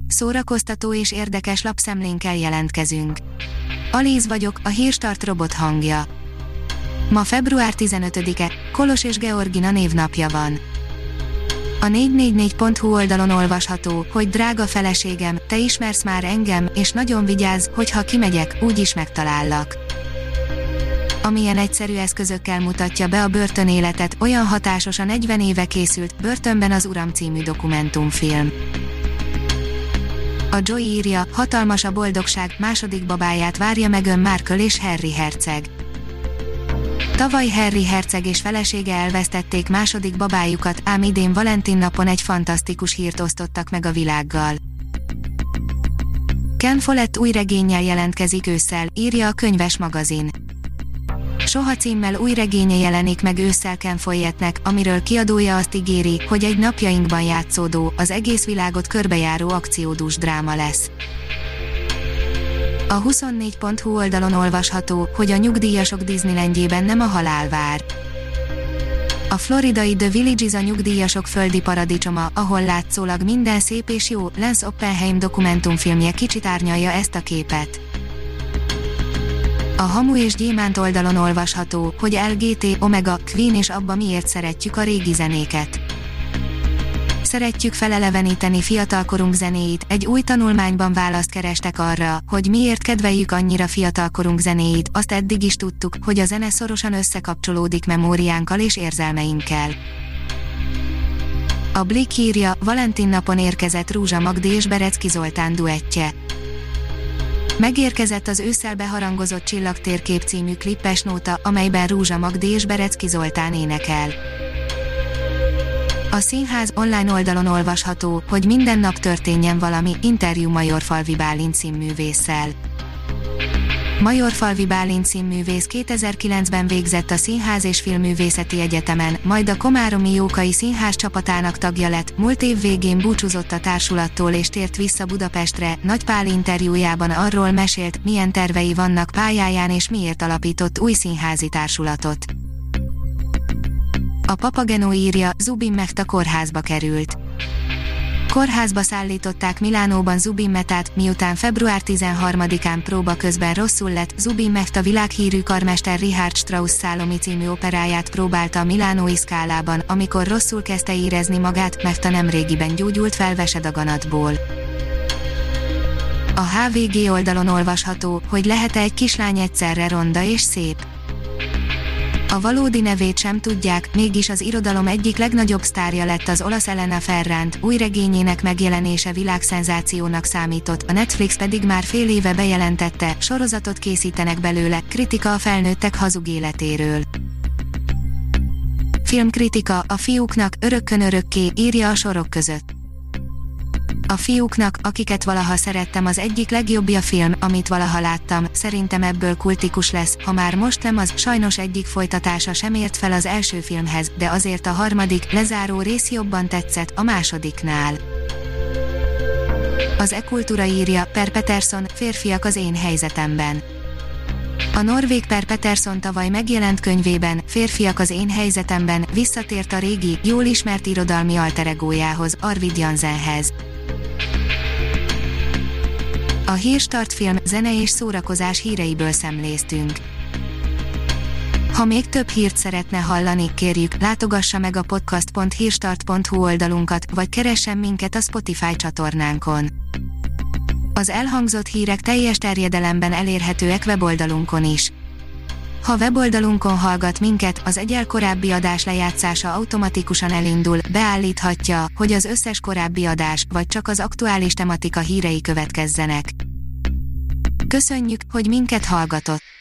Szórakoztató és érdekes lapszemlénkkel jelentkezünk. Alíz vagyok, a Hírstart robot hangja. Ma február 15-e, Kolos és Georgina névnapja van. A 444.hu oldalon olvasható, hogy drága feleségem, te ismersz már engem, és nagyon vigyázz, hogyha kimegyek, úgyis megtalállak. Amilyen egyszerű eszközökkel mutatja be a börtönéletet, olyan hatásos a 40 éve készült Börtönben az Uram című dokumentumfilm. A Joy írja, hatalmas a boldogság, második babáját várja Meghan Markle és Harry herceg. Tavaly Harry herceg és felesége elvesztették második babájukat, ám idén Valentin napon egy fantasztikus hírt osztottak meg a világgal. Ken Follett új regénnyel jelentkezik ősszel, írja a Könyves magazin. Soha címmel új regénye jelenik meg ősszel Ken Follettnek, amiről kiadója azt ígéri, hogy egy napjainkban játszódó, az egész világot körbejáró akciódús dráma lesz. A 24.hu oldalon olvasható, hogy a nyugdíjasok Disneylandjében nem a halál vár. A floridai The Villages a nyugdíjasok földi paradicsoma, ahol látszólag minden szép és jó. Lance Oppenheim dokumentumfilmje kicsit árnyalja ezt a képet. A Hamu és Gyémánt oldalon olvasható, hogy LGT, Omega, Queen és Abba miért szeretjük a régi zenéket. Szeretjük feleleveníteni fiatalkorunk zenéit, egy új tanulmányban választ kerestek arra, hogy miért kedveljük annyira fiatalkorunk zenéit, azt eddig is tudtuk, hogy a zene szorosan összekapcsolódik memóriánkkal és érzelmeinkkel. A Blick írja, Valentin napon érkezett Rúzsa Magdi és Berecki Zoltán duettje. Megérkezett az ősszel beharangozott Csillagtérkép című klippes nóta, amelyben Rúzsa Magdi és Berecki Zoltán énekel. A Színház online oldalon olvasható, hogy minden nap történjen valami, interjú Majorfalvi Bálint színművésszel. Majorfalvi Bálint színművész 2009-ben végzett a Színház és Filmművészeti Egyetemen, majd a Komáromi Jókai Színház csapatának tagja lett, múlt év végén búcsúzott a társulattól és tért vissza Budapestre. Nagy Pál interjújában arról mesélt, milyen tervei vannak pályáján és miért alapított új színházi társulatot. A Papageno írja, Zubin Mehta kórházba került. Kórházba szállították Milánóban Zubin Mehtát, miután február 13-án próba közben rosszul lett. Zubin Mehta világhírű karmester Richard Strauss Szálomi című operáját próbálta a milánói Scalában, amikor rosszul kezdte érezni magát. Mehta nemrégiben gyógyult fel vesedaganatból. A HVG oldalon olvasható, hogy lehet-e egy kislány egyszerre ronda és szép. A valódi nevét sem tudják, mégis az irodalom egyik legnagyobb sztárja lett az olasz Elena Ferrant, új regényének megjelenése világszenzációnak számított, a Netflix pedig már fél éve bejelentette, sorozatot készítenek belőle. Kritika a felnőttek hazug életéről. Filmkritika, a fiúknak, örökkön örökké, írja a sorok között. A fiúknak, akiket valaha szerettem, az egyik legjobbja film, amit valaha láttam, szerintem ebből kultikus lesz, ha már most nem az, sajnos egyik folytatása sem ért fel az első filmhez, de azért a harmadik, lezáró rész jobban tetszett a másodiknál. Az E-Kultúra írja, Per Peterson, férfiak az én helyzetemben. A norvég Per Peterson tavaly megjelent könyvében, Férfiak az én helyzetemben, visszatért a régi, jól ismert irodalmi alteregójához, Arvid Jansenhez. A Hírstart film, zene és szórakozás híreiből szemléztünk. Ha még több hírt szeretne hallani, kérjük, látogassa meg a podcast.hírstart.hu oldalunkat, vagy keressen minket a Spotify csatornánkon. Az elhangzott hírek teljes terjedelemben elérhetőek weboldalunkon is. Ha weboldalunkon hallgat minket, az egyel korábbi adás lejátszása automatikusan elindul, beállíthatja, hogy az összes korábbi adás, vagy csak az aktuális tematika hírei következzenek. Köszönjük, hogy minket hallgatott!